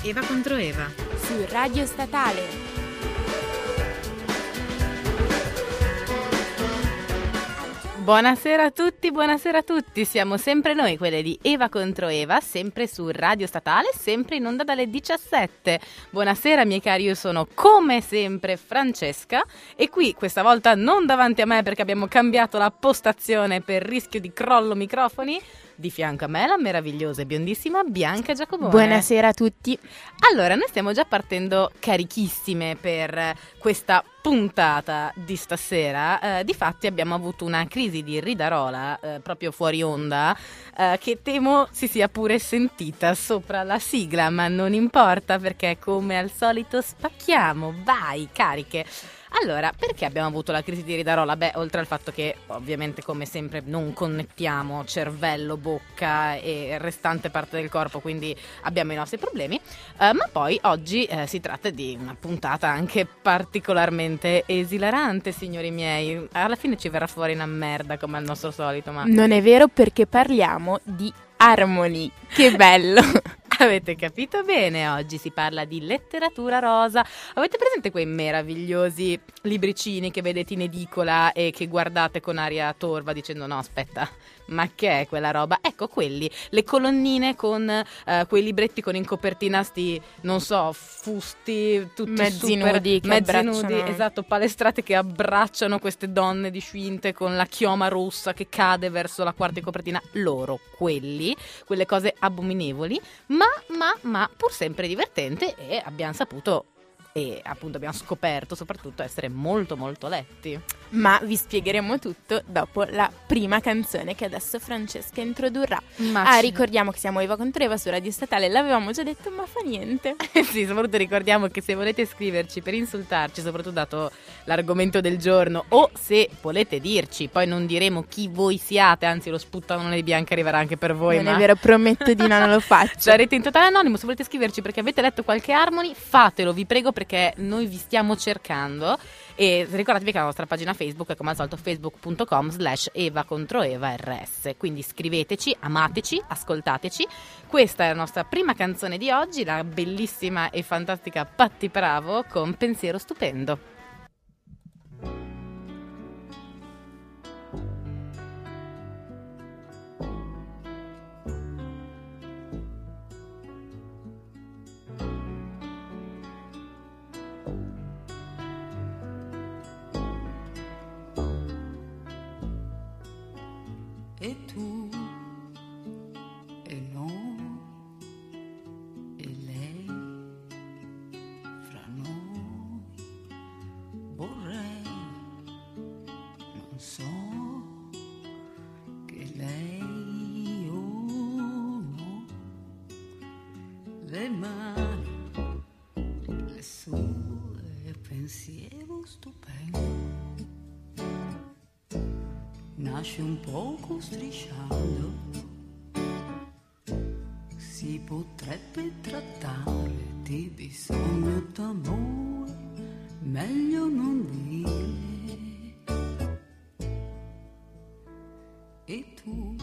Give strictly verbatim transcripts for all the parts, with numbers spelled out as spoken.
Eva contro Eva su Radio Statale. Buonasera a tutti, buonasera a tutti, siamo sempre noi, quelle di Eva contro Eva, sempre su Radio Statale, sempre in onda dalle diciassette. Buonasera miei cari, io sono come sempre Francesca e qui questa volta non davanti a me perché abbiamo cambiato la postazione per rischio di crollo microfoni. Di fianco a me la meravigliosa e biondissima Bianca Giacobone. Buonasera a tutti. Allora, noi stiamo già partendo carichissime per questa puntata di stasera. Eh, difatti abbiamo avuto una crisi di ridarola eh, proprio fuori onda eh, che temo si sia pure sentita sopra la sigla, ma non importa perché come al solito spacchiamo, vai, cariche. Allora, perché abbiamo avuto la crisi di ridarola? Beh, oltre al fatto che ovviamente come sempre non connettiamo cervello, bocca e restante parte del corpo, quindi abbiamo i nostri problemi, eh, ma poi oggi eh, si tratta di una puntata anche particolarmente esilarante, signori miei. Alla fine ci verrà fuori una merda come al nostro solito, ma... Non è vero, perché parliamo di Harmony. Che bello! Avete capito bene, oggi si parla di letteratura rosa. Avete presente quei meravigliosi libricini che vedete in edicola e che guardate con aria torva dicendo no aspetta, ma che è quella roba? Ecco quelli, le colonnine con eh, quei libretti con in copertina sti, non so, fusti tutti mezzi super, nudi che mezzi abbracciano. nudi, esatto, palestrate che abbracciano queste donne discinte con la chioma rossa che cade verso la quarta di copertina. Loro, quelli, quelle cose abominevoli, ma ma ma pur sempre divertente, e abbiamo saputo e appunto abbiamo scoperto soprattutto essere molto molto letti. Ma vi spiegheremo tutto dopo la prima canzone che adesso Francesca introdurrà. Ma ah, c- ricordiamo che siamo Eva contro Eva su Radio Statale, l'avevamo già detto, ma fa niente. Sì, soprattutto ricordiamo che se volete scriverci per insultarci, soprattutto dato l'argomento del giorno, o se volete dirci, poi non diremo chi voi siate, anzi lo sputtanone di Bianca arriverà anche per voi. Non ma... è vero, prometto di no, non lo faccio. Sarete in totale anonimo. Se volete scriverci perché avete letto qualche Harmony, fatelo, vi prego, perché noi vi stiamo cercando. E ricordatevi che la nostra pagina Facebook è come al solito facebook punto com slash Eva contro Eva R S, quindi scriveteci, amateci, ascoltateci. Questa è la nostra prima canzone di oggi, la bellissima e fantastica Patti Bravo con Pensiero Stupendo. E tu, e noi, e lei, fra noi, vorrei, non so, che lei o no, le mani, le sue, pensiero stupendo. Nasce un poco strisciando, si potrebbe trattare di bisogno d'amore, meglio non dire. E tu,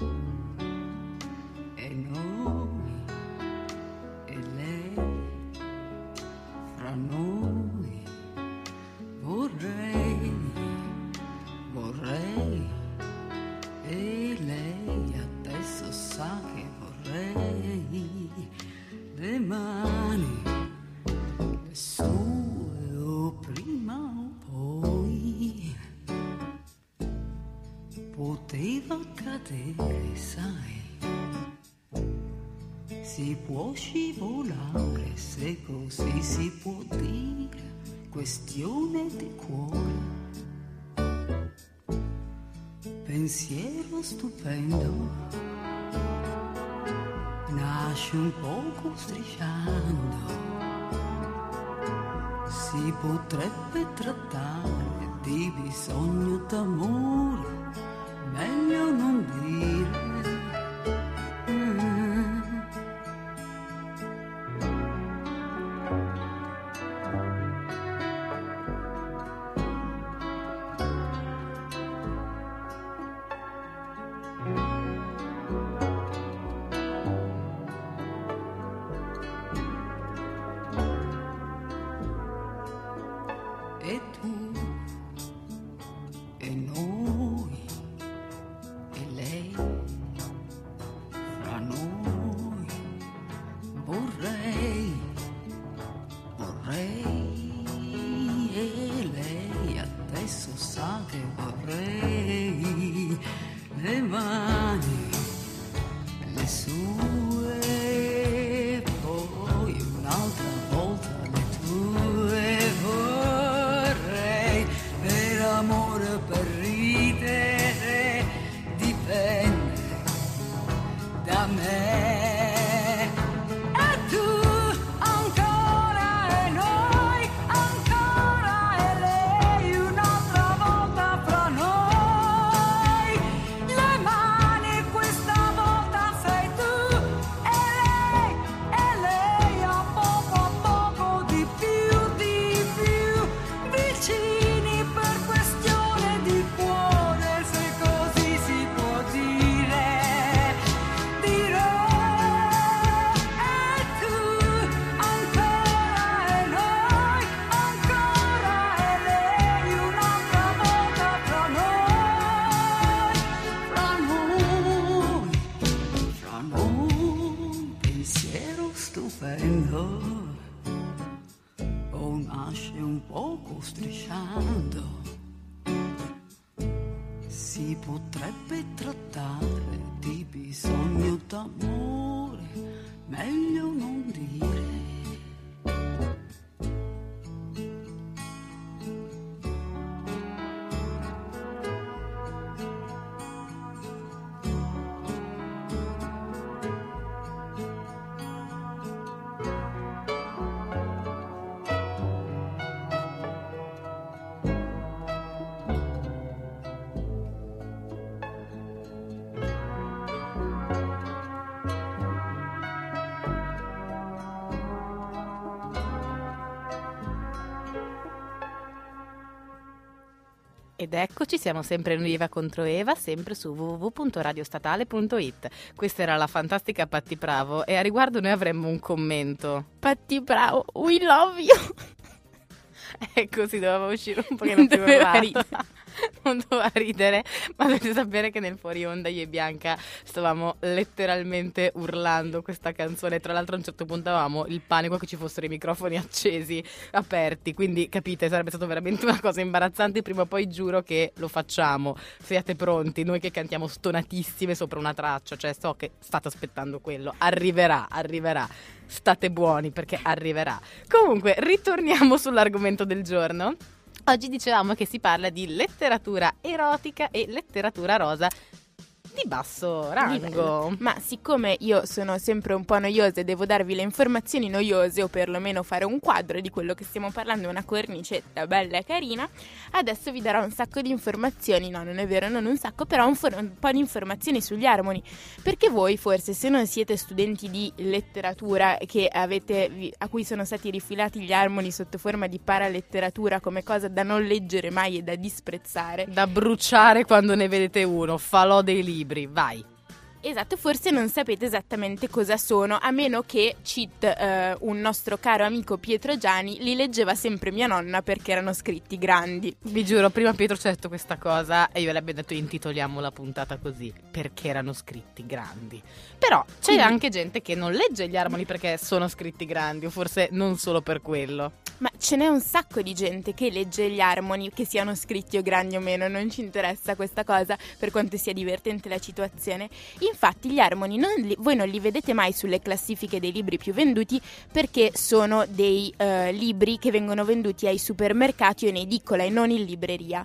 e noi, e lei, fra noi, vorrei, vorrei. E lei adesso sa che vorrei le mani, le sue, o prima o poi. Poteva cadere, sai, si può scivolare, se così si può dire, questione di cuore. Pensiero stupendo, nasce un poco strisciando, si potrebbe trattare di bisogno d'amore, meglio non dire. Mm. le sue, poi un'altra volta le tue. Vorrei per amore, per ridere, dipende da me. O nasce un poco strisciando, si potrebbe trattare di bisogno d'amore, meglio non dire. Ed eccoci, siamo sempre in Eva contro Eva, sempre su w w w punto radiostatale punto i t. Questa era la fantastica Patti Bravo e a riguardo noi avremmo un commento. Patti Bravo, we love you! Ecco, si doveva uscire un pochino più Doveva urlato. Non doveva ridere, ma dovete sapere che nel fuori onda io e Bianca stavamo letteralmente urlando questa canzone. Tra l'altro a un certo punto avevamo il panico che ci fossero i microfoni accesi, aperti, quindi capite, sarebbe stato veramente una cosa imbarazzante. Prima o poi giuro che lo facciamo, siate pronti, noi che cantiamo stonatissime sopra una traccia, cioè so che state aspettando quello, arriverà, arriverà. State buoni perché arriverà. Comunque, ritorniamo sull'argomento del giorno. Oggi dicevamo che si parla di letteratura erotica e letteratura rosa di basso rango. Ma siccome io sono sempre un po' noiosa e devo darvi le informazioni noiose, o perlomeno fare un quadro di quello che stiamo parlando, una cornicetta bella e carina, adesso vi darò un sacco di informazioni. No, non è vero, non un sacco, però un, for- un po' di informazioni sugli armoni. Perché voi forse, se non siete studenti di letteratura che avete, a cui sono stati rifilati gli armoni sotto forma di paraletteratura come cosa da non leggere mai e da disprezzare, da bruciare quando ne vedete uno, falò dei libri. Vai. Esatto, forse non sapete esattamente cosa sono, a meno che, cheat, eh, un nostro caro amico Pietro Giani, li leggeva sempre mia nonna perché erano scritti grandi. Vi giuro, prima Pietro ci ha detto questa cosa e io le abbiamo detto intitoliamo la puntata così, perché erano scritti grandi. Però c'è Quindi, anche gente che non legge gli armoni perché sono scritti grandi, o forse non solo per quello. Ma ce n'è un sacco di gente che legge gli armoni, che siano scritti o grandi o meno, non ci interessa questa cosa, per quanto sia divertente la situazione. Infatti gli armoni non li, voi non li vedete mai sulle classifiche dei libri più venduti, perché sono dei uh, libri che vengono venduti ai supermercati o in edicola e non in libreria.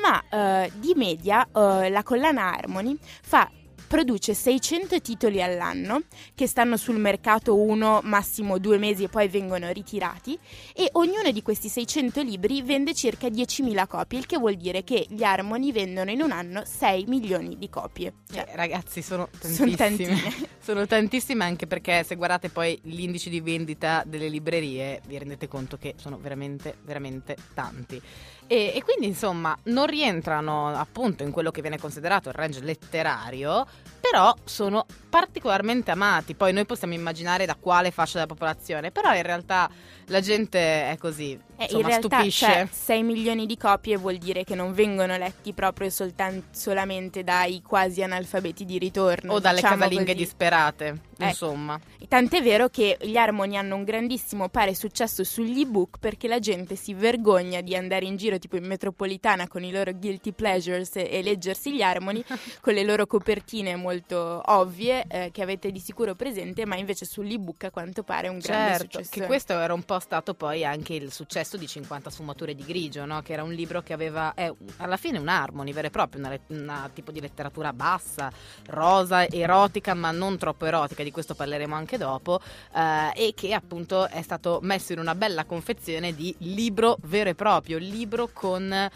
Ma uh, di media uh, la collana Armoni fa produce seicento titoli all'anno che stanno sul mercato uno, massimo due mesi e poi vengono ritirati, e ognuno di questi seicento libri vende circa diecimila copie, il che vuol dire che gli Armoni vendono in un anno sei milioni di copie. Cioè, eh, ragazzi, sono Sono tantissime. tantine. Sono tantissime, anche perché se guardate poi l'indice di vendita delle librerie vi rendete conto che sono veramente, veramente tanti. E, e quindi insomma non rientrano appunto in quello che viene considerato il range letterario, però sono particolarmente amati. Poi noi possiamo immaginare da quale fascia della popolazione, però in realtà la gente è così, eh, insomma, in realtà, stupisce. Cioè, sei milioni di copie vuol dire che non vengono letti proprio soltan- solamente dai quasi analfabeti di ritorno, o dalle diciamo casalinghe così. disperate, Ecco. insomma. Tant'è vero che gli Armoni hanno un grandissimo, pare, successo sugli ebook, perché la gente si vergogna di andare in giro tipo in metropolitana con i loro guilty pleasures e, e leggersi gli Armoni con le loro copertine molto ovvie, lettere eh, che avete di sicuro presente, ma invece sull'ebook a quanto pare è un grande certo, successo. che questo era un po' stato poi anche il successo di cinquanta sfumature di grigio, no? Che era un libro che aveva è, alla fine un harmony vero e proprio, una, una tipo di letteratura bassa, rosa, erotica, ma non troppo erotica, di questo parleremo anche dopo, eh, e che appunto è stato messo in una bella confezione di libro vero e proprio, libro con eh,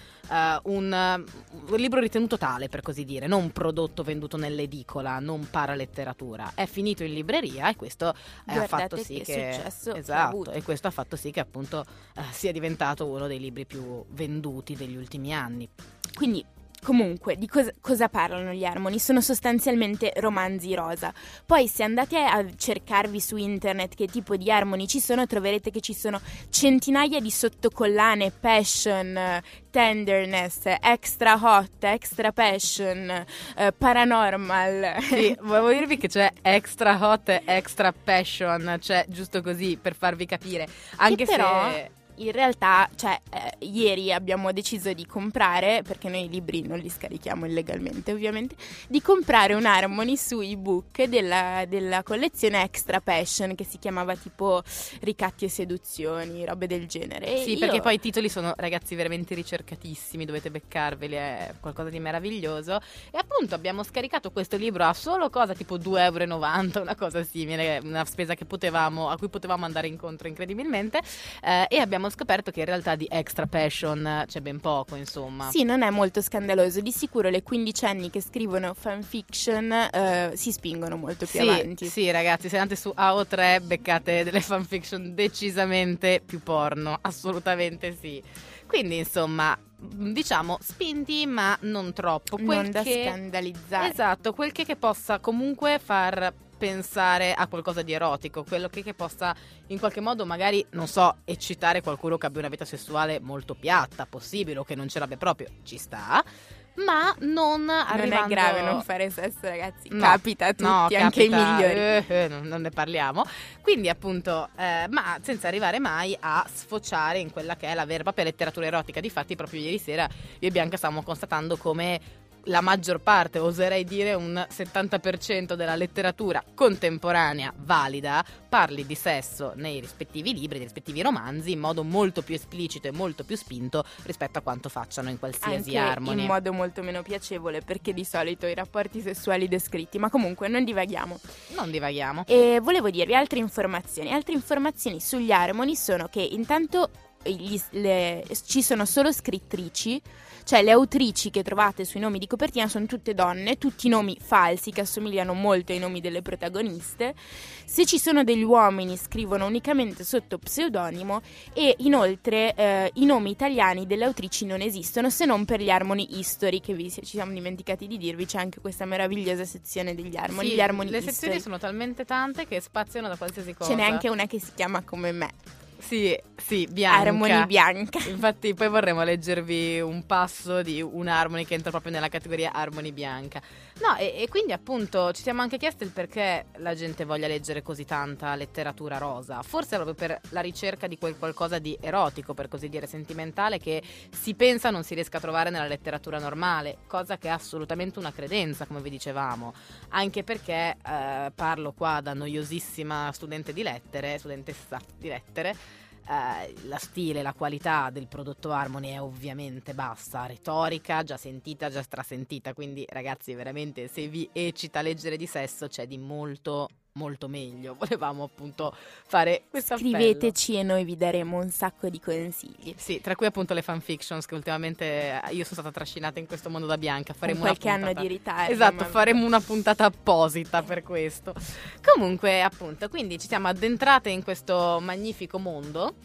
un, un libro ritenuto tale, per così dire, non un prodotto venduto nell'edicola, non paraletteratura. È finito in libreria e questo eh, ha fatto sì che, che successo che ha esatto, avuto. e questo ha fatto sì che appunto eh, sia diventato uno dei libri più venduti degli ultimi anni. Quindi comunque, di cosa, cosa parlano gli Harmony? Sono sostanzialmente romanzi rosa. Poi se andate a cercarvi su internet che tipo di Harmony ci sono, troverete che ci sono centinaia di sottocollane, passion, tenderness, extra hot, extra passion, eh, paranormal. Sì, volevo dirvi che c'è extra hot e extra passion, cioè giusto così per farvi capire, anche che però, se in realtà, cioè, eh, ieri abbiamo deciso di comprare, perché noi i libri non li scarichiamo illegalmente ovviamente, di comprare un Harmony su ebook della, della collezione Extra Passion, che si chiamava tipo Ricatti e seduzioni, robe del genere. E sì, io... perché poi i titoli sono, ragazzi, veramente ricercatissimi, dovete beccarveli, è qualcosa di meraviglioso. E appunto abbiamo scaricato questo libro a solo cosa tipo due e novanta euro, una cosa simile, una spesa che potevamo, a cui potevamo andare incontro incredibilmente, eh, e abbiamo scoperto che in realtà di Extra Passion c'è ben poco, insomma. Sì, non è molto scandaloso. Di sicuro le quindicenni che scrivono fanfiction eh, si spingono molto più sì, avanti. Sì, ragazzi, se andate su A O tre beccate delle fanfiction decisamente più porno, assolutamente sì. Quindi, insomma, diciamo spinti ma non troppo. Quel non da che... scandalizzare. Esatto, quel che, che possa comunque far pensare a qualcosa di erotico, quello che, che possa in qualche modo magari, non so, eccitare qualcuno che abbia una vita sessuale molto piatta, possibile, o che non ce l'abbia proprio, ci sta, ma non arrivando... Non è grave non fare sesso, ragazzi, no, capita a tutti, no, anche capita, ai migliori. Eh, eh, non, non ne parliamo. Quindi appunto, eh, ma senza arrivare mai a sfociare in quella che è la vera e propria letteratura erotica. Difatti proprio ieri sera io e Bianca stavamo constatando come la maggior parte, oserei dire un settanta per cento della letteratura contemporanea valida parli di sesso nei rispettivi libri, nei rispettivi romanzi in modo molto più esplicito e molto più spinto rispetto a quanto facciano in qualsiasi Anche Harmony. in modo molto meno piacevole, perché di solito i rapporti sessuali descritti, ma comunque non divaghiamo. Non divaghiamo. E volevo dirvi altre informazioni. Altre informazioni sugli Harmony sono che intanto gli, le, ci sono solo scrittrici, cioè le autrici che trovate sui nomi di copertina sono tutte donne, tutti nomi falsi che assomigliano molto ai nomi delle protagoniste. Se ci sono degli uomini scrivono unicamente sotto pseudonimo, e inoltre eh, i nomi italiani delle autrici non esistono, se non per gli Harmony History, che vi, ci siamo dimenticati di dirvi, c'è anche questa meravigliosa sezione degli Harmony. Sì, gli Harmony le History. sezioni sono talmente tante che spaziano da qualsiasi cosa. Ce n'è anche una che si chiama come me. Sì, sì, Bianca. Harmony Bianca. Infatti poi vorremmo leggervi un passo di un Harmony che entra proprio nella categoria Harmony Bianca. No, e, e quindi appunto ci siamo anche chiesti il perché la gente voglia leggere così tanta letteratura rosa. Forse proprio per la ricerca di quel qualcosa di erotico, per così dire, sentimentale, che si pensa non si riesca a trovare nella letteratura normale, cosa che è assolutamente una credenza, come vi dicevamo. Anche perché eh, parlo qua da noiosissima studente di lettere, studentessa di lettere. Uh, la stile, la qualità del prodotto Harmony è ovviamente bassa, retorica già sentita, già strasentita, quindi ragazzi veramente se vi eccita leggere di sesso c'è di molto molto meglio. Volevamo appunto fare questo appello. Scriveteci e noi vi daremo un sacco di consigli. Sì, tra cui appunto le fanfictions che ultimamente io sono stata trascinata in questo mondo da Bianca. Faremo Con qualche una puntata... anno di ritardo. Esatto, ma... faremo una puntata apposita per questo. Comunque appunto, quindi ci siamo addentrate in questo magnifico mondo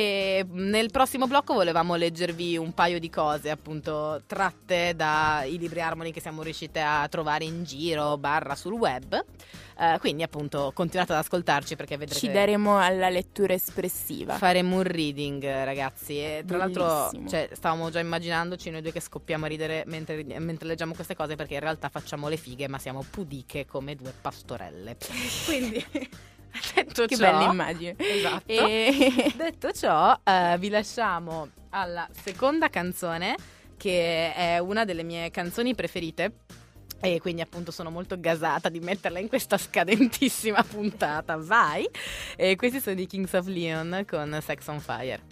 e nel prossimo blocco volevamo leggervi un paio di cose appunto tratte dai libri Harmony che siamo riuscite a trovare in giro barra sul web. Uh, quindi appunto continuate ad ascoltarci perché vedrete ci daremo alla lettura espressiva, faremo un reading ragazzi e tra bellissimo. L'altro cioè, stavamo già immaginandoci noi due che scoppiamo a ridere mentre, mentre leggiamo queste cose perché in realtà facciamo le fighe ma siamo pudiche come due pastorelle. Quindi detto che ciò, bella immagine. Esatto. E... detto ciò uh, vi lasciamo alla seconda canzone che è una delle mie canzoni preferite e quindi appunto sono molto gasata di metterla in questa scadentissima puntata. Vai! E questi sono i Kings of Leon con Sex on Fire.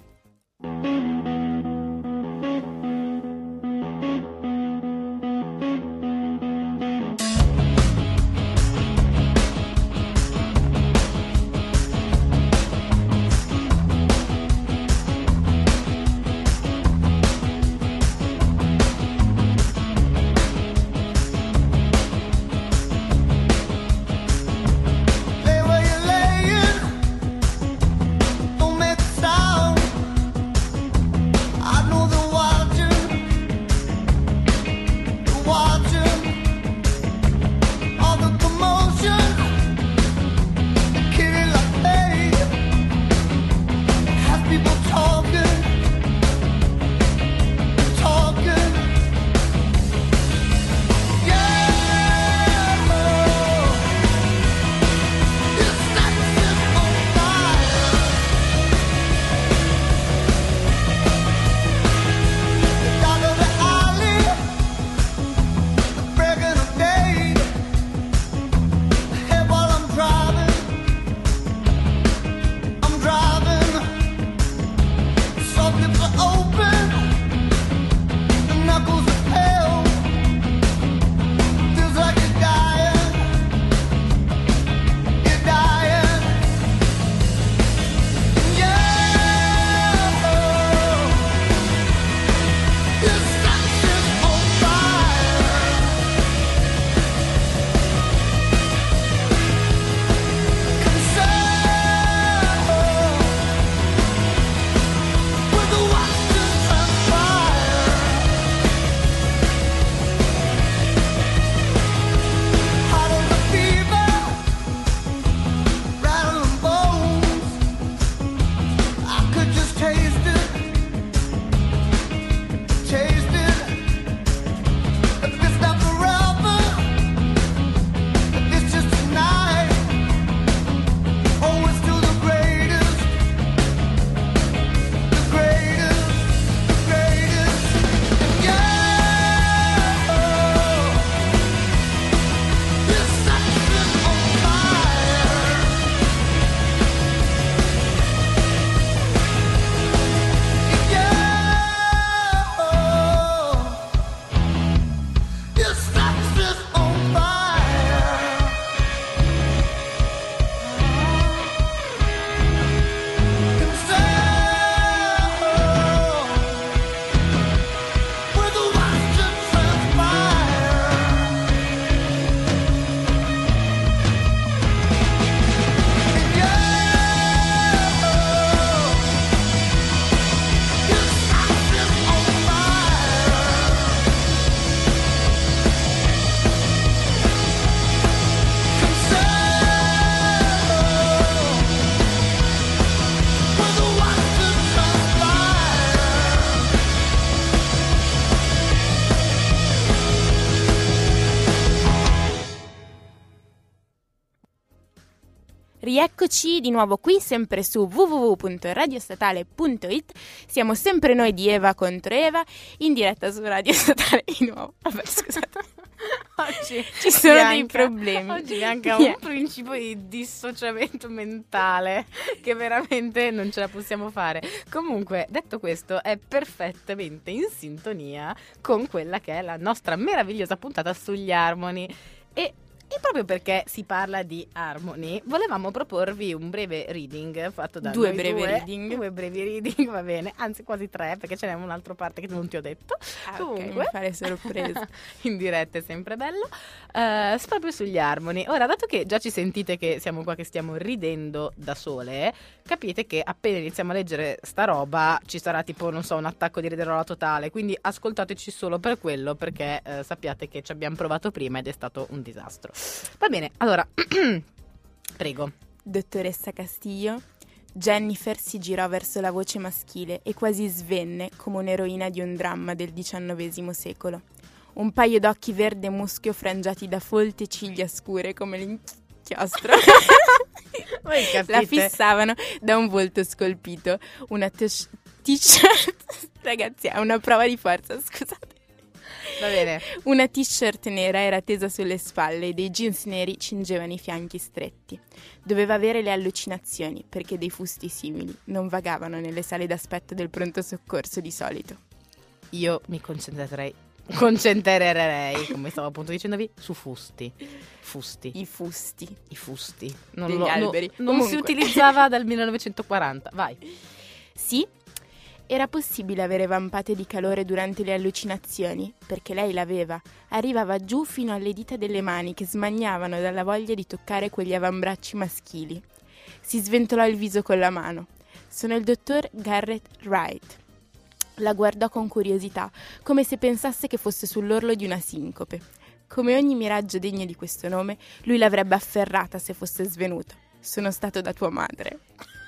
Rieccoci di nuovo qui, sempre su w w w punto radiostatale punto it. Siamo sempre noi di Eva contro Eva, in diretta su Radio Statale di nuovo. Vabbè, scusate. Oggi ci sono Bianca, dei problemi. Oggi Bianca ha un principio di dissociamento mentale che veramente non ce la possiamo fare. Comunque, detto questo, è perfettamente in sintonia con quella che è la nostra meravigliosa puntata sugli Harmony. E E proprio perché si parla di Harmony, volevamo proporvi un breve reading fatto da due noi brevi due, reading. Due brevi reading, va bene, anzi quasi tre, perché ce n'è un'altra parte che non ti ho detto. Ah, Comunque, ok, mi fare sorpresa. In diretta è sempre bello. Uh, proprio sugli Harmony. Ora, dato che già ci sentite che siamo qua che stiamo ridendo da sole, capite che appena iniziamo a leggere sta roba ci sarà tipo, non so, un attacco di riderola totale, quindi ascoltateci solo per quello, perché uh, sappiate che ci abbiamo provato prima ed è stato un disastro. Va bene, allora, prego. Dottoressa Castillo, Jennifer si girò verso la voce maschile e quasi svenne come un'eroina di un dramma del diciannovesimo secolo. Un paio d'occhi verde muschio frangiati da folte ciglia scure come l'inchiostro Voi capite? la fissavano da un volto scolpito. Una t-shirt... Ragazzi, è una prova di forza, scusate. Va bene. Una t-shirt nera era tesa sulle spalle e dei jeans neri cingevano i fianchi stretti. Doveva avere le allucinazioni perché dei fusti simili non vagavano nelle sale d'aspetto del pronto soccorso di solito. Io mi concentrerei, concentrerei, come stavo appunto dicendovi, su fusti. Fusti. I fusti. I fusti. Non, Degli lo, alberi. no, non si Comunque. utilizzava dal millenovecentoquaranta. Vai. Sì, era possibile avere vampate di calore durante le allucinazioni, perché lei l'aveva. Arrivava giù fino alle dita delle mani che smagnavano dalla voglia di toccare quegli avambracci maschili. Si sventolò il viso con la mano. Sono il dottor Garrett Wright. La guardò con curiosità, come se pensasse che fosse sull'orlo di una sincope. Come ogni miraggio degno di questo nome, lui l'avrebbe afferrata se fosse svenuto. Sono stato da tua madre.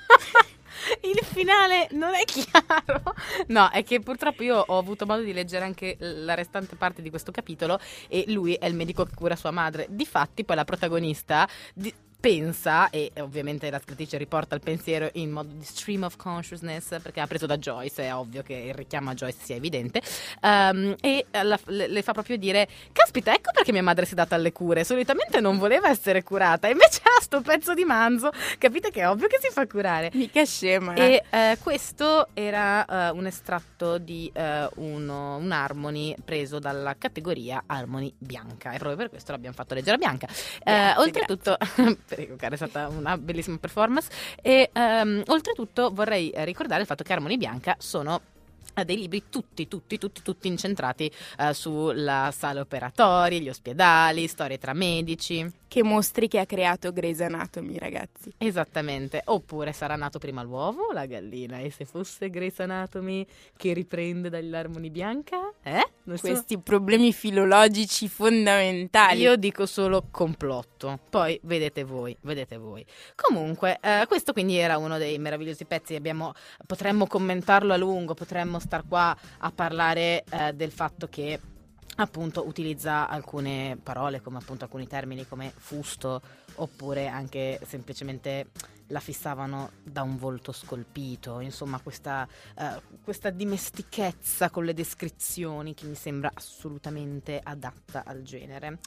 Il finale non è chiaro. No, è che purtroppo io ho avuto modo di leggere anche la restante parte di questo capitolo e lui è il medico che cura sua madre. Difatti poi la protagonista di- pensa, e ovviamente la scrittrice riporta il pensiero in modo di stream of consciousness perché ha preso da Joyce, è ovvio che il richiamo a Joyce sia evidente, um, e la, le, le fa proprio dire: caspita, ecco perché mia madre si è data alle cure, solitamente non voleva essere curata, invece ha sto pezzo di manzo, capite che è ovvio che si fa curare. Mica scema. Eh. E eh, questo era eh, un estratto di eh, uno, un Harmony preso dalla categoria Harmony bianca, e proprio per questo l'abbiamo fatto leggere a Bianca. Eh, Grazie, oltretutto, prego cara, è stata una bellissima performance. E ehm, oltretutto vorrei eh, ricordare il fatto che Harmony bianca sono eh, dei libri tutti, tutti, tutti, tutti incentrati eh, sulla sala operatori, gli ospedali, storie tra medici. Che mostri che ha creato Grey's Anatomy, ragazzi. Esattamente, oppure sarà nato prima l'uovo o la gallina? E se fosse Grey's Anatomy che riprende dall'Harmony bianca? Eh? Non so. Questi problemi filologici fondamentali. Io dico solo complotto, poi vedete voi, vedete voi. Comunque, eh, questo quindi era uno dei meravigliosi pezzi, abbiamo, potremmo commentarlo a lungo, potremmo star qua a parlare eh, del fatto che appunto utilizza alcune parole, come appunto alcuni termini come fusto, oppure anche semplicemente la fissavano da un volto scolpito, insomma questa, uh, questa dimestichezza con le descrizioni che mi sembra assolutamente adatta al genere.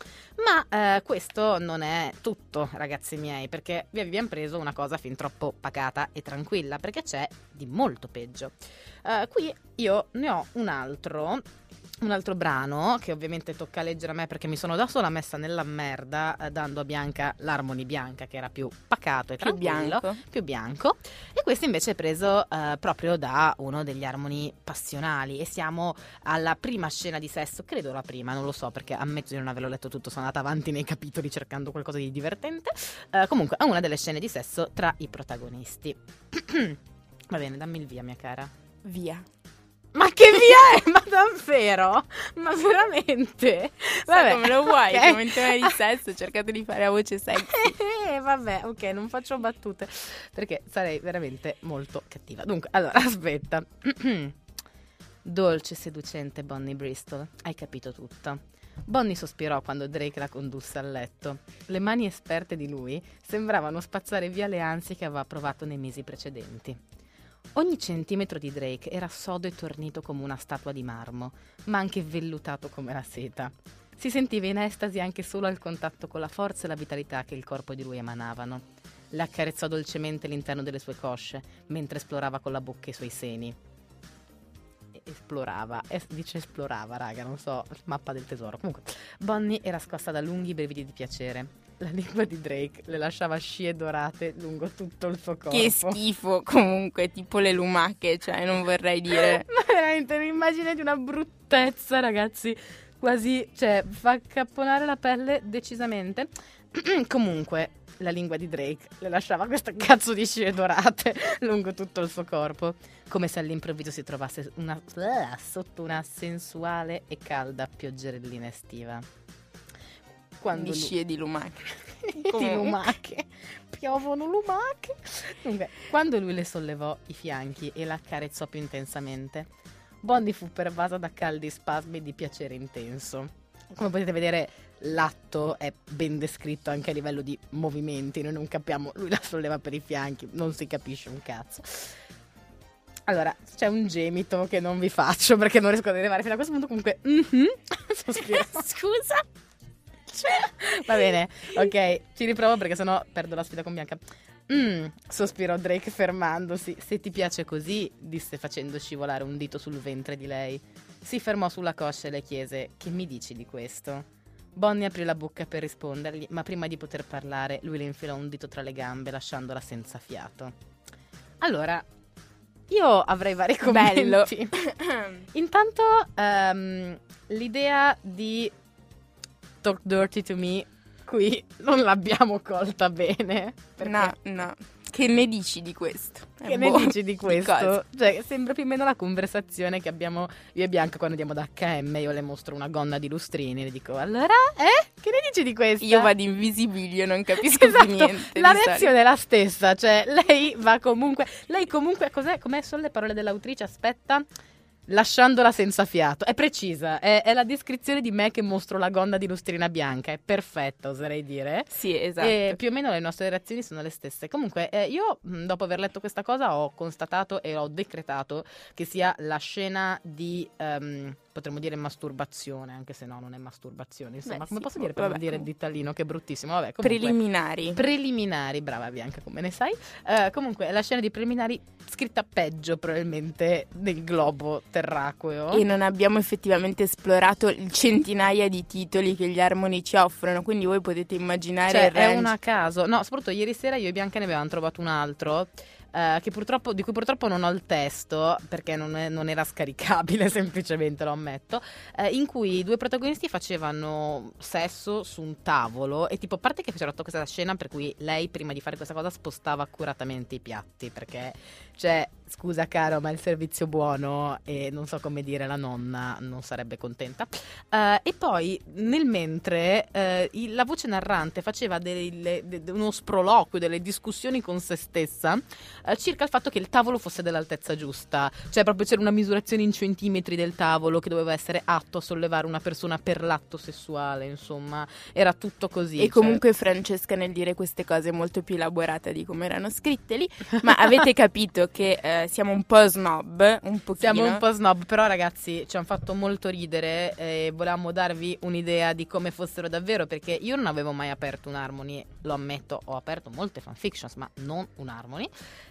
Ma uh, questo non è tutto, ragazzi miei, perché vi abbiamo preso una cosa fin troppo pacata e tranquilla, perché c'è di molto peggio. Uh, qui io ne ho un altro Un altro brano che ovviamente tocca leggere a me perché mi sono da sola messa nella merda eh, dando a Bianca l'Harmony bianca che era più pacato e Più tranquillo, bianco. più bianco, e questo invece è preso eh, proprio da uno degli Harmony passionali, e siamo alla prima scena di sesso, credo la prima, non lo so perché ammetto di non averlo letto tutto, sono andata avanti nei capitoli cercando qualcosa di divertente, eh, comunque è una delle scene di sesso tra i protagonisti. Va bene, dammi il via, mia cara. Via. Ma che via è? Ma davvero? Ma veramente? Vabbè, come lo vuoi, ok. come in tema di sesso, cercate di fare la voce sexy. Eh, vabbè, ok, non faccio battute perché sarei veramente molto cattiva. Dunque, allora, aspetta. Dolce, seducente Bonnie Bristol, hai capito tutto. Bonnie sospirò quando Drake la condusse a letto. Le mani esperte di lui sembravano spazzare via le ansie che aveva provato nei mesi precedenti. Ogni centimetro di Drake era sodo e tornito come una statua di marmo, ma anche vellutato come la seta. Si sentiva in estasi anche solo al contatto con la forza e la vitalità che il corpo di lui emanavano. Le accarezzò dolcemente l'interno delle sue cosce, mentre esplorava con la bocca i suoi seni. Esplorava, es- dice esplorava, raga, non so, mappa del tesoro. Comunque, Bonnie era scossa da lunghi brividi di piacere. La lingua di Drake le lasciava scie dorate lungo tutto il suo corpo. Che schifo, comunque, tipo le lumache, cioè non vorrei dire. Ma veramente un'immagine di una bruttezza, ragazzi, quasi, cioè, fa capponare la pelle decisamente. Comunque, la lingua di Drake le lasciava queste cazzo di scie dorate lungo tutto il suo corpo, come se all'improvviso si trovasse una, uh, sotto una sensuale e calda pioggerellina estiva. Quando Di lui- scie di lumache. di lumache, piovono lumache. Dunque, quando lui le sollevò i fianchi e la accarezzò più intensamente, Bonnie fu pervasa da caldi spasmi di piacere intenso. Come potete vedere, l'atto è ben descritto anche a livello di movimenti, noi non capiamo, lui la solleva per i fianchi, non si capisce un cazzo. Allora, c'è un gemito che non vi faccio perché non riesco ad arrivare fino a questo punto. Comunque, mm-hmm. Sospiro. Scusa. Va bene, ok, ci riprovo perché sennò perdo la sfida con Bianca. Mm, sospirò Drake fermandosi. Se ti piace così, disse facendo scivolare un dito sul ventre di lei. Si fermò sulla coscia e le chiese: che mi dici di questo? Bonnie aprì la bocca per rispondergli, ma prima di poter parlare lui le infilò un dito tra le gambe lasciandola senza fiato. Allora, io avrei vari commenti. Bello. Intanto um, l'idea di Talk Dirty to Me qui non l'abbiamo colta bene. No, no. Che ne dici di questo? Che Eh, ne boh, dici di questo? cosa? Cioè, sembra più o meno la conversazione che abbiamo io e Bianca quando andiamo da acca emme. Io le mostro una gonna di lustrini e le dico: allora, eh? Che ne dici di questo? Io vado in visibilio, non capisco Esatto, più niente. la di reazione è la stessa. Cioè, lei va comunque. Lei comunque. Cos'è? Com'è? Sono le parole dell'autrice? Aspetta. Lasciandola senza fiato. È precisa. È, è la descrizione di me che mostro la gonna di lustrina bianca. È perfetta, oserei dire. Sì, esatto. E più o meno le nostre reazioni sono le stesse. Comunque, eh, io mh, dopo aver letto questa cosa ho constatato e ho decretato che sia la scena di ehm, potremmo dire masturbazione, anche se no, non è masturbazione. Insomma, Beh, come sì, posso dire per vabbè, non dire comunque. ditalino, che è bruttissimo. Vabbè, comunque, Preliminari. preliminari, brava Bianca, come ne sai. Eh, comunque, la scena di preliminari scritta peggio probabilmente nel globo terracqueo. E non abbiamo effettivamente esplorato il centinaia di titoli che gli Harmony ci offrono, quindi voi potete immaginare Cioè, il range. è una a caso. No, soprattutto ieri sera io e Bianca ne avevamo trovato un altro. eh, che purtroppo, di cui purtroppo non ho il testo perché non, è- non era scaricabile, semplicemente lo ammetto, eh, in cui i due protagonisti facevano sesso su un tavolo e tipo, a parte che facevano questa scena per cui lei prima di fare questa cosa spostava accuratamente i piatti perché, cioè, scusa caro, ma il servizio buono e non so come dire, la nonna non sarebbe contenta. Eh, e poi nel mentre eh, il- la voce narrante faceva delle- de- de- uno sproloquio, delle discussioni con se stessa eh, circa il fatto che il tavolo fosse dell'altezza giusta, cioè proprio c'era una misurazione in centimetri del tavolo che doveva essere atto a sollevare una persona per l'atto sessuale, insomma era tutto così. E cioè- comunque Francesca nel dire queste cose è molto più elaborata di come erano scritte lì, ma avete capito che eh, siamo un po' snob, un pochino. Siamo un po' snob, però ragazzi ci hanno fatto molto ridere e volevamo darvi un'idea di come fossero davvero, perché io non avevo mai aperto un Harmony, lo ammetto, ho aperto molte fanfictions ma non un Harmony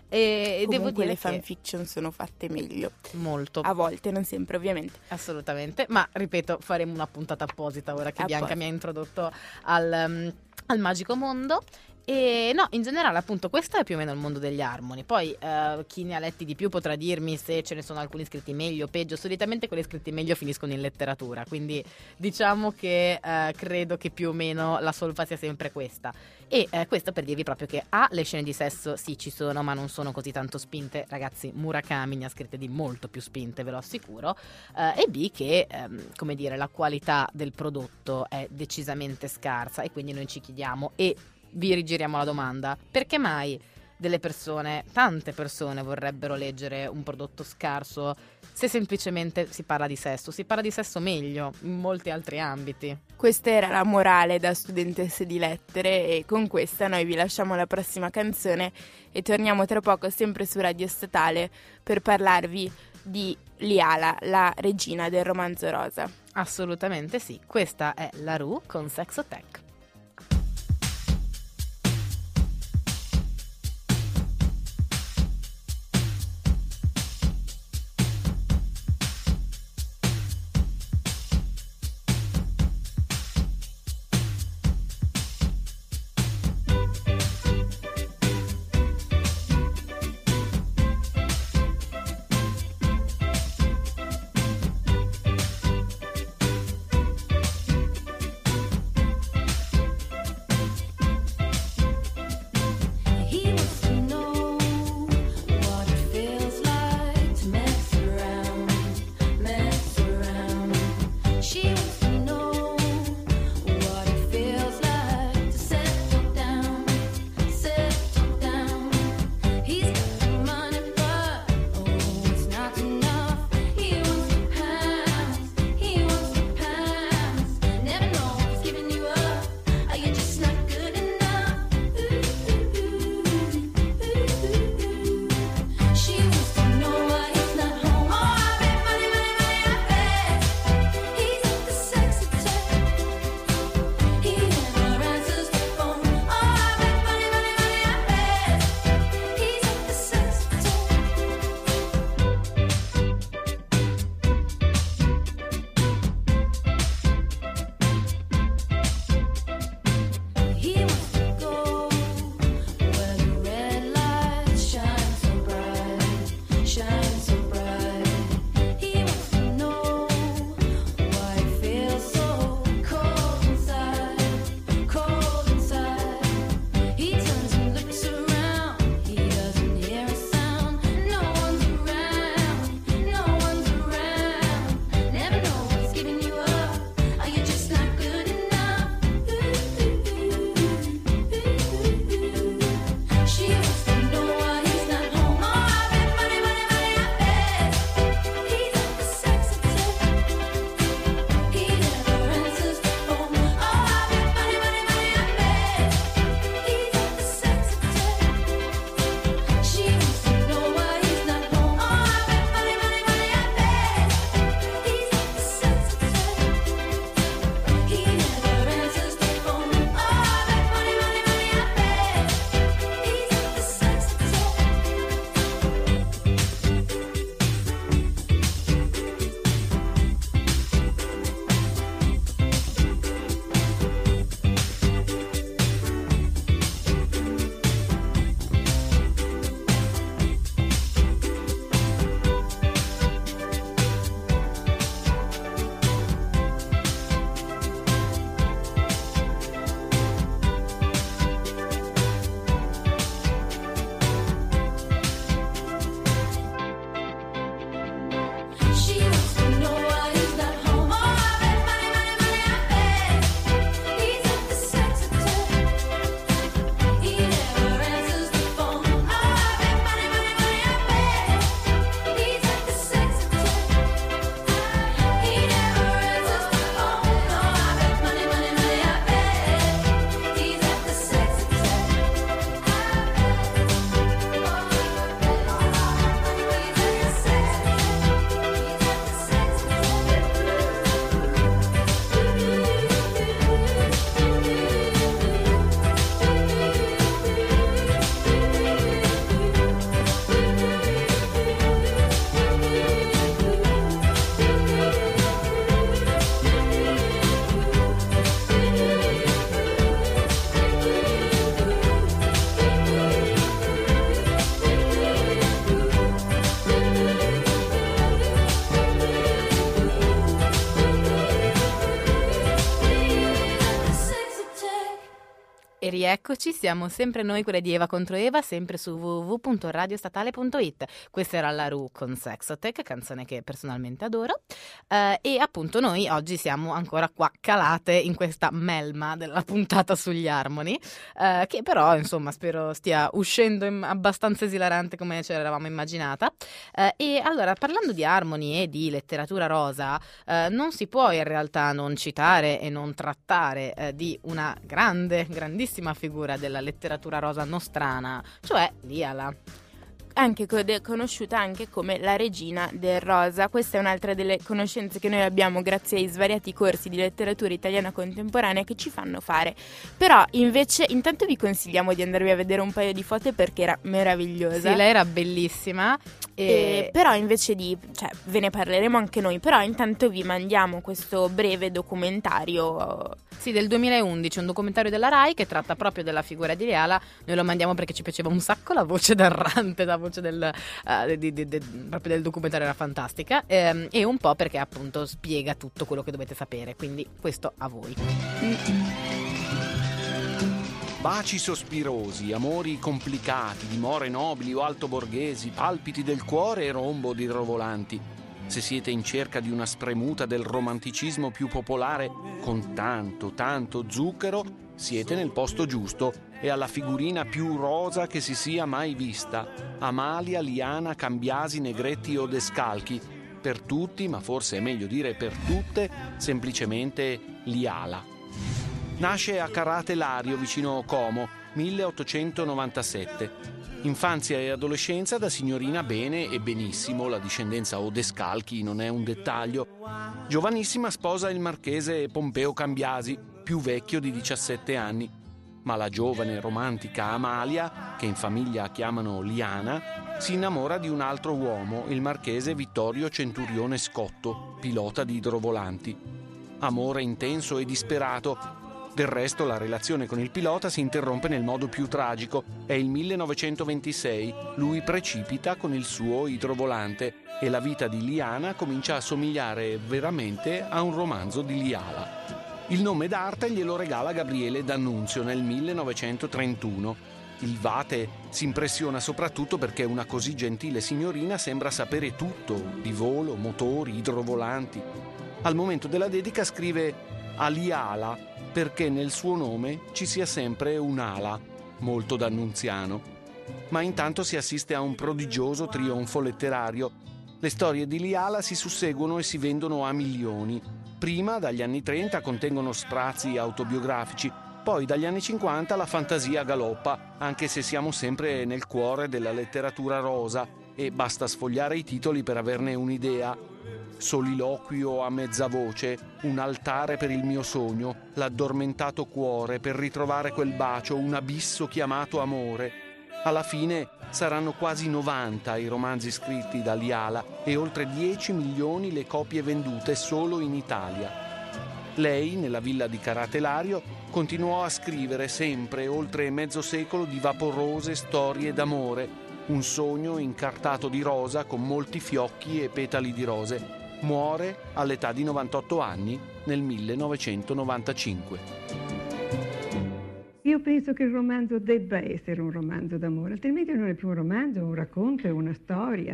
e devo Comunque dire le che fanfiction sono fatte meglio, molto, a volte, non sempre ovviamente. assolutamente, ma ripeto faremo una puntata apposita ora che Bianca Apposta. mi ha introdotto al, um, al magico mondo. E no, in generale appunto questo è più o meno il mondo degli Harmony. Poi eh, chi ne ha letti di più potrà dirmi se ce ne sono alcuni scritti meglio o peggio. Solitamente quelli scritti meglio finiscono in letteratura, quindi diciamo che eh, credo che più o meno la solfa sia sempre questa. E eh, questo per dirvi proprio che A, le scene di sesso sì ci sono, ma non sono così tanto spinte. Ragazzi, Murakami ne ha scritte di molto più spinte, ve lo assicuro. eh, E B, che ehm, come dire, la qualità del prodotto è decisamente scarsa e quindi noi ci chiediamo e vi rigiriamo la domanda: perché mai delle persone, tante persone vorrebbero leggere un prodotto scarso se semplicemente si parla di sesso? Si parla di sesso meglio in molti altri ambiti. Questa era la morale da studentesse di lettere e con questa noi vi lasciamo la prossima canzone e torniamo tra poco sempre su Radio Statale per parlarvi di Liala, la regina del romanzo rosa. Assolutamente sì, questa è La Rue con Sexotech. E rieccoci, siamo sempre noi, quelle di Eva contro Eva, sempre su w w w punto radiostatale punto it. Questa era La Ru con Sexotech, canzone che personalmente adoro. Uh, e appunto noi oggi siamo ancora qua calate in questa melma della puntata sugli Harmony, uh, che però insomma spero stia uscendo in abbastanza esilarante come ce l'eravamo immaginata. Uh, e allora, parlando di Harmony e di letteratura rosa, uh, non si può in realtà non citare e non trattare uh, di una grande, grandissima figura della letteratura rosa nostrana, cioè Liala. Anche conosciuta anche come la regina del rosa. Questa è un'altra delle conoscenze che noi abbiamo grazie ai svariati corsi di letteratura italiana contemporanea che ci fanno fare. Però invece intanto vi consigliamo di andarvi a vedere un paio di foto perché era meravigliosa. Sì, lei era bellissima. E... E però invece di, cioè ve ne parleremo anche noi, però intanto vi mandiamo questo breve documentario. Sì, del duemilaundici, un documentario della Rai che tratta proprio della figura di Liala. Noi lo mandiamo perché ci piaceva un sacco la voce d'Arrante, la voce del, uh, di, di, di, proprio del documentario era fantastica, ehm, e un po' perché appunto spiega tutto quello che dovete sapere, quindi questo a voi. Baci sospirosi, amori complicati, dimore nobili o altoborghesi, palpiti del cuore e rombo di rovolanti. Se siete in cerca di una spremuta del romanticismo più popolare con tanto, tanto zucchero, siete nel posto giusto e alla figurina più rosa che si sia mai vista. Amalia, Liana, Cambiasi, Negretti o Descalchi. Per tutti, ma forse è meglio dire per tutte, semplicemente Liala. Nasce a Carate Lario, vicino Como, milleottocentonovantasette. Infanzia e adolescenza da signorina bene e benissimo, la discendenza o Descalchi non è un dettaglio. Giovanissima sposa il marchese Pompeo Cambiasi, più vecchio di diciassette anni. Ma la giovane romantica Amalia, che in famiglia chiamano Liana, si innamora di un altro uomo, il marchese Vittorio Centurione Scotto, pilota di idrovolanti. Amore intenso e disperato. Del resto la relazione con il pilota si interrompe nel modo più tragico. È il millenovecentoventisei, lui precipita con il suo idrovolante e la vita di Liana comincia a somigliare veramente a un romanzo di Liala. Il nome d'arte glielo regala Gabriele D'Annunzio nel millenovecentotrentuno. Il Vate si impressiona soprattutto perché una così gentile signorina sembra sapere tutto di volo, motori, idrovolanti. Al momento della dedica scrive a Liala perché nel suo nome ci sia sempre un'ala, molto d'annunziano. Ma intanto si assiste a un prodigioso trionfo letterario. Le storie di Liala si susseguono e si vendono a milioni. Prima, dagli anni trenta, contengono sprazzi autobiografici, poi dagli anni cinquanta la fantasia galoppa, anche se siamo sempre nel cuore della letteratura rosa e basta sfogliare i titoli per averne un'idea. Soliloquio a mezza voce, un altare per il mio sogno, l'addormentato cuore per ritrovare quel bacio, un abisso chiamato amore. Alla fine saranno quasi novanta i romanzi scritti da Liala e oltre dieci milioni le copie vendute solo in Italia. Lei, nella villa di Carate Lario, continuò a scrivere sempre oltre mezzo secolo di vaporose storie d'amore, un sogno incartato di rosa con molti fiocchi e petali di rose. Muore all'età di novantotto anni nel millenovecentonovantacinque. Io penso che il romanzo debba essere un romanzo d'amore, altrimenti non è più un romanzo, è un racconto, è una storia.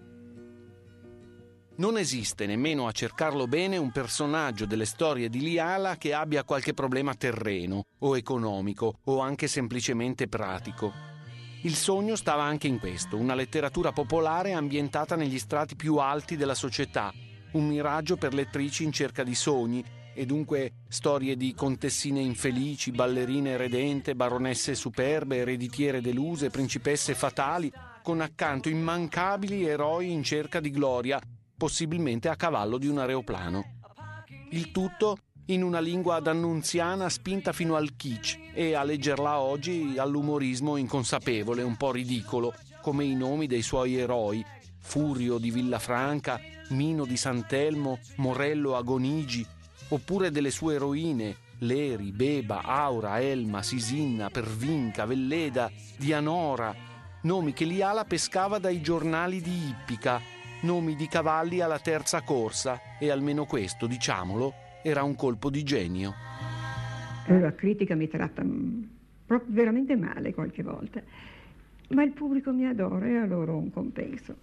Non esiste, nemmeno a cercarlo bene, un personaggio delle storie di Liala che abbia qualche problema terreno o economico o anche semplicemente pratico. Il sogno stava anche in questo, una letteratura popolare ambientata negli strati più alti della società, un miraggio per lettrici in cerca di sogni e dunque storie di contessine infelici, ballerine redente, baronesse superbe, ereditiere deluse, principesse fatali, con accanto immancabili eroi in cerca di gloria, possibilmente a cavallo di un aeroplano. Il tutto in una lingua d'annunziana spinta fino al kitsch e a leggerla oggi all'umorismo inconsapevole, un po' ridicolo, come i nomi dei suoi eroi, Furio di Villafranca, Mino di Sant'Elmo, Morello Agonigi, oppure delle sue eroine, Leri, Beba, Aura, Elma, Sisinna, Pervinca, Velleda, Dianora, nomi che Liala pescava dai giornali di Ippica, nomi di cavalli alla terza corsa, e almeno questo, diciamolo, era un colpo di genio. La critica mi tratta proprio veramente male qualche volta. Ma il pubblico mi adora e a loro ho un compenso.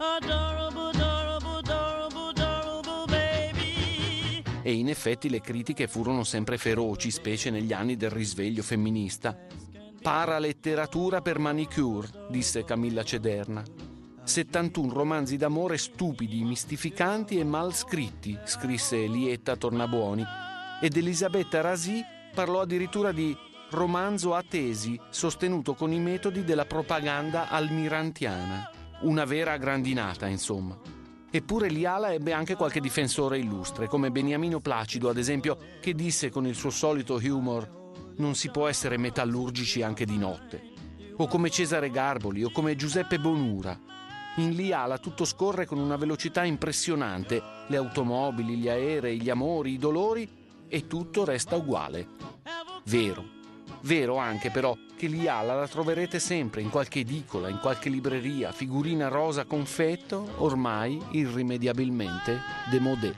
E in effetti le critiche furono sempre feroci, specie negli anni del risveglio femminista. Paraletteratura per manicure, disse Camilla Cederna. settantuno romanzi d'amore stupidi, mistificanti e mal scritti, scrisse Lietta Tornabuoni. Ed Elisabetta Rasì parlò addirittura di romanzo a tesi, sostenuto con i metodi della propaganda almirantiana. Una vera grandinata, insomma. Eppure Liala ebbe anche qualche difensore illustre, come Beniamino Placido, ad esempio, che disse con il suo solito humor: non si può essere metallurgici anche di notte. O come Cesare Garboli, o come Giuseppe Bonura. In Liala tutto scorre con una velocità impressionante, le automobili, gli aerei, gli amori, i dolori, e tutto resta uguale. Vero. Vero anche però che Liala la troverete sempre in qualche edicola, in qualche libreria, figurina rosa confetto, ormai irrimediabilmente démodé.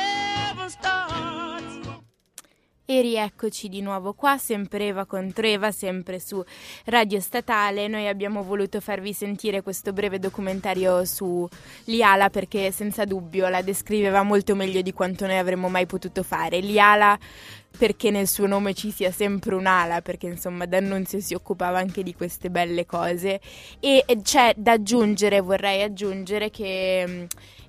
E rieccoci di nuovo qua, sempre Eva contro Eva, sempre su Radio Statale. Noi abbiamo voluto farvi sentire questo breve documentario su Liala perché senza dubbio la descriveva molto meglio di quanto noi avremmo mai potuto fare. Liala perché nel suo nome ci sia sempre un'ala, perché insomma D'Annunzio si occupava anche di queste belle cose. E c'è da aggiungere, vorrei aggiungere che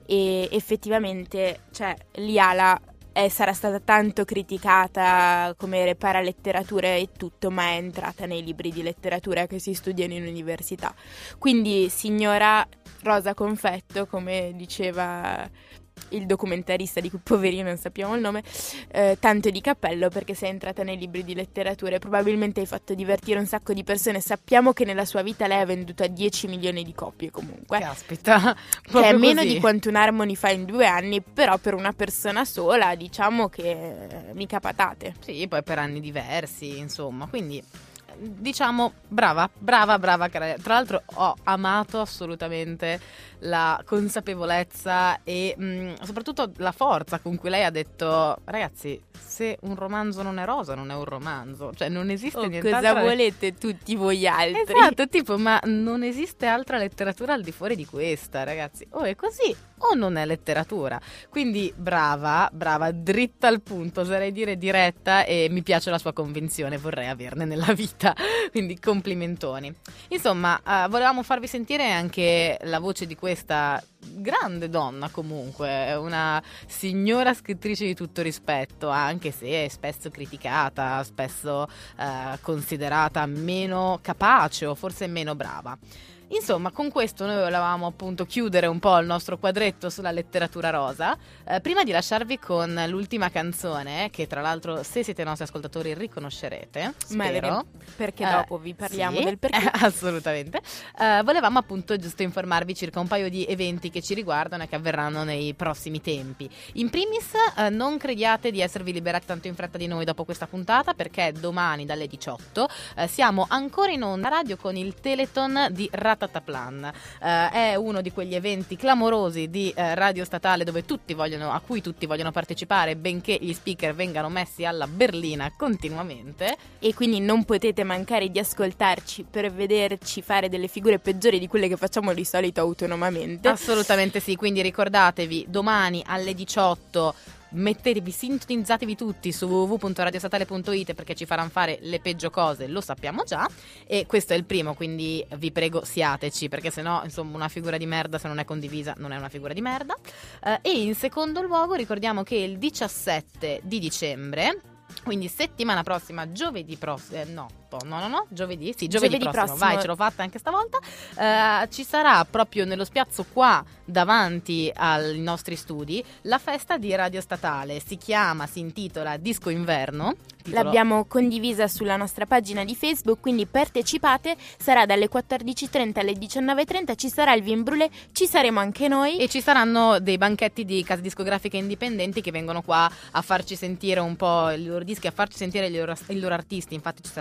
e effettivamente, cioè, Liala Eh, sarà stata tanto criticata come paraletteratura e tutto, ma è entrata nei libri di letteratura che si studiano in università. Quindi signora Rosa Confetto, come diceva il documentarista di cui poverino non sappiamo il nome, eh, tanto di cappello perché sei entrata nei libri di letteratura e probabilmente hai fatto divertire un sacco di persone. Sappiamo che nella sua vita lei ha venduto dieci milioni di copie comunque. Caspita, che è meno così. Di quanto un Harmony fa in due anni, però per una persona sola diciamo che mica patate. Sì, poi per anni diversi, insomma, quindi diciamo brava, brava, brava. Tra l'altro ho amato assolutamente la consapevolezza e mh, soprattutto la forza con cui lei ha detto: ragazzi, se un romanzo non è rosa non è un romanzo, cioè non esiste oh, nient'altro. Cosa volete tutti voi altri? Esatto, tipo, ma non esiste altra letteratura al di fuori di questa, ragazzi. O è così o non è letteratura. Quindi brava, brava, dritta al punto, oserei dire diretta, e mi piace la sua convinzione, vorrei averne nella vita. Quindi complimentoni. Insomma, uh, volevamo farvi sentire anche la voce di questa grande donna, comunque, una signora scrittrice di tutto rispetto, anche se è spesso criticata, spesso uh, considerata meno capace o forse meno brava. Insomma, con questo noi volevamo appunto chiudere un po' il nostro quadretto sulla letteratura rosa. Eh, prima di lasciarvi con l'ultima canzone, che tra l'altro, se siete nostri ascoltatori, riconoscerete, spero. Ma perché eh, dopo vi parliamo sì, del perché. Eh, assolutamente. Eh, volevamo appunto giusto informarvi circa un paio di eventi che ci riguardano e che avverranno nei prossimi tempi. In primis, eh, non crediate di esservi liberati tanto in fretta di noi dopo questa puntata, perché domani dalle diciotto eh, siamo ancora in onda radio con il Teleton di Ratataplan. Uh, è uno di quegli eventi clamorosi di uh, Radio Statale dove tutti vogliono, a cui tutti vogliono partecipare, benché gli speaker vengano messi alla berlina continuamente. E quindi non potete mancare di ascoltarci per vederci fare delle figure peggiori di quelle che facciamo di solito autonomamente. Assolutamente sì, quindi ricordatevi, domani alle diciotto mettetevi, sintonizzatevi tutti su w w w punto radiostatale punto i t perché ci faranno fare le peggio cose, lo sappiamo già, e questo è il primo, quindi vi prego siateci, perché sennò insomma una figura di merda, se non è condivisa, non è una figura di merda. Uh, e in secondo luogo ricordiamo che il diciassette di dicembre, quindi settimana prossima, giovedì prossimo, eh, no, no, no, no, giovedì, sì, giovedì, giovedì prossimo, prossimo, vai, ce l'ho fatta anche stavolta, uh, ci sarà proprio nello spiazzo qua, davanti ai nostri studi, la festa di Radio Statale, si chiama, si intitola Disco Inverno. Titolo. L'abbiamo condivisa sulla nostra pagina di Facebook, quindi partecipate, sarà dalle quattordici e trenta alle diciannove e trenta, ci sarà il vin brûlé, ci saremo anche noi. E ci saranno dei banchetti di case discografiche indipendenti che vengono qua a farci sentire un po' i loro dischi, a farci sentire i loro, i loro artisti, infatti ci sarà un qualche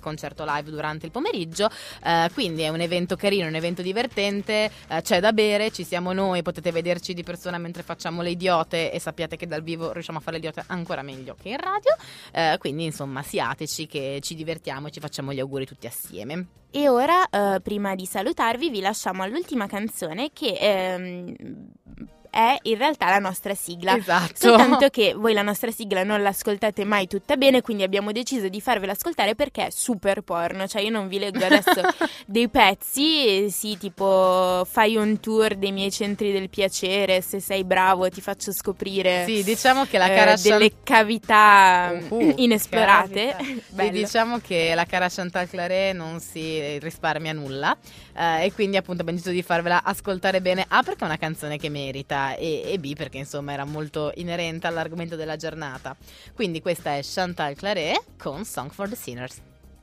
concerto live durante il pomeriggio, uh, quindi è un evento carino, un evento divertente, uh, c'è da bere, ci siamo noi, potete vederci di persona mentre facciamo le idiote e sappiate che dal vivo riusciamo a fare le idiote ancora meglio che in radio, uh, quindi insomma siateci che ci divertiamo e ci facciamo gli auguri tutti assieme. E ora, uh, prima di salutarvi, vi lasciamo all'ultima canzone che ehm, è in realtà la nostra sigla. Esatto. Soltanto che voi la nostra sigla non l'ascoltate mai tutta bene, quindi abbiamo deciso di farvela ascoltare perché è super porno. Cioè io non vi leggo adesso dei pezzi, sì, tipo fai un tour dei miei centri del piacere, se sei bravo ti faccio scoprire sì, diciamo che la eh, cara delle Chan- cavità uh, inesplorate. Sì, diciamo che la cara Chantal Claret non si risparmia nulla, eh, e quindi appunto abbiamo deciso di farvela ascoltare bene, A perché è una canzone che merita e, e B perché insomma era molto inerente all'argomento della giornata. Quindi questa è Chantal Claret con Song for the Sinners.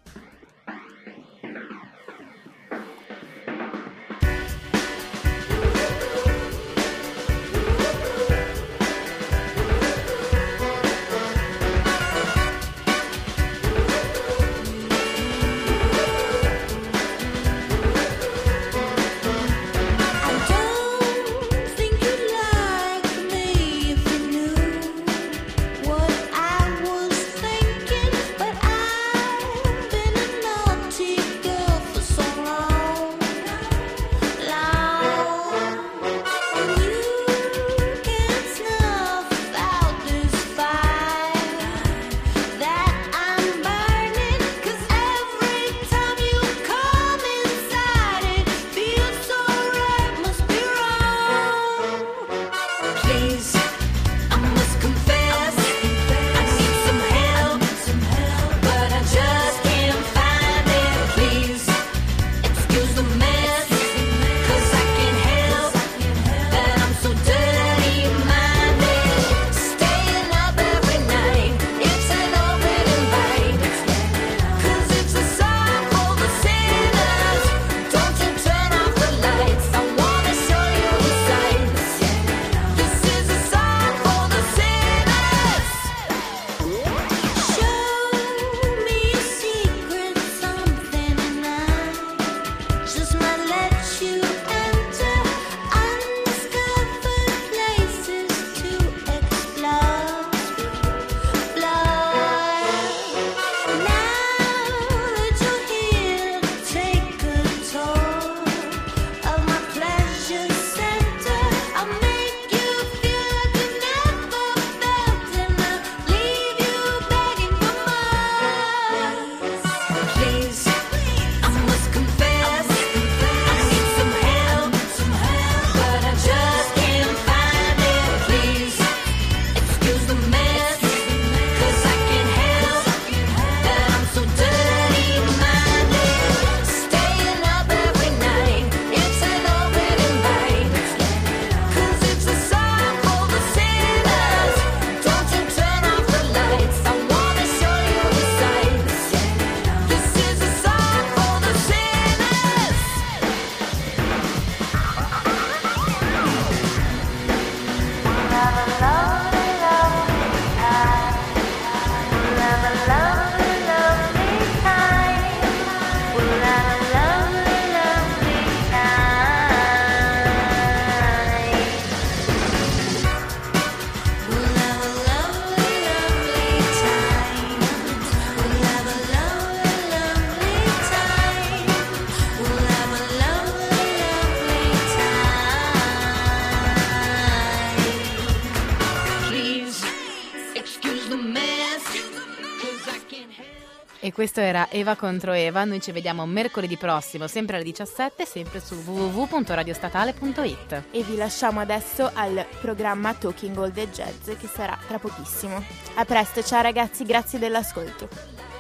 E questo era Eva contro Eva. Noi ci vediamo mercoledì prossimo, sempre alle diciassette, sempre su w w w punto radiostatale punto i t. E vi lasciamo adesso al programma Talking All the Jazz, che sarà tra pochissimo. A presto, ciao ragazzi, grazie dell'ascolto.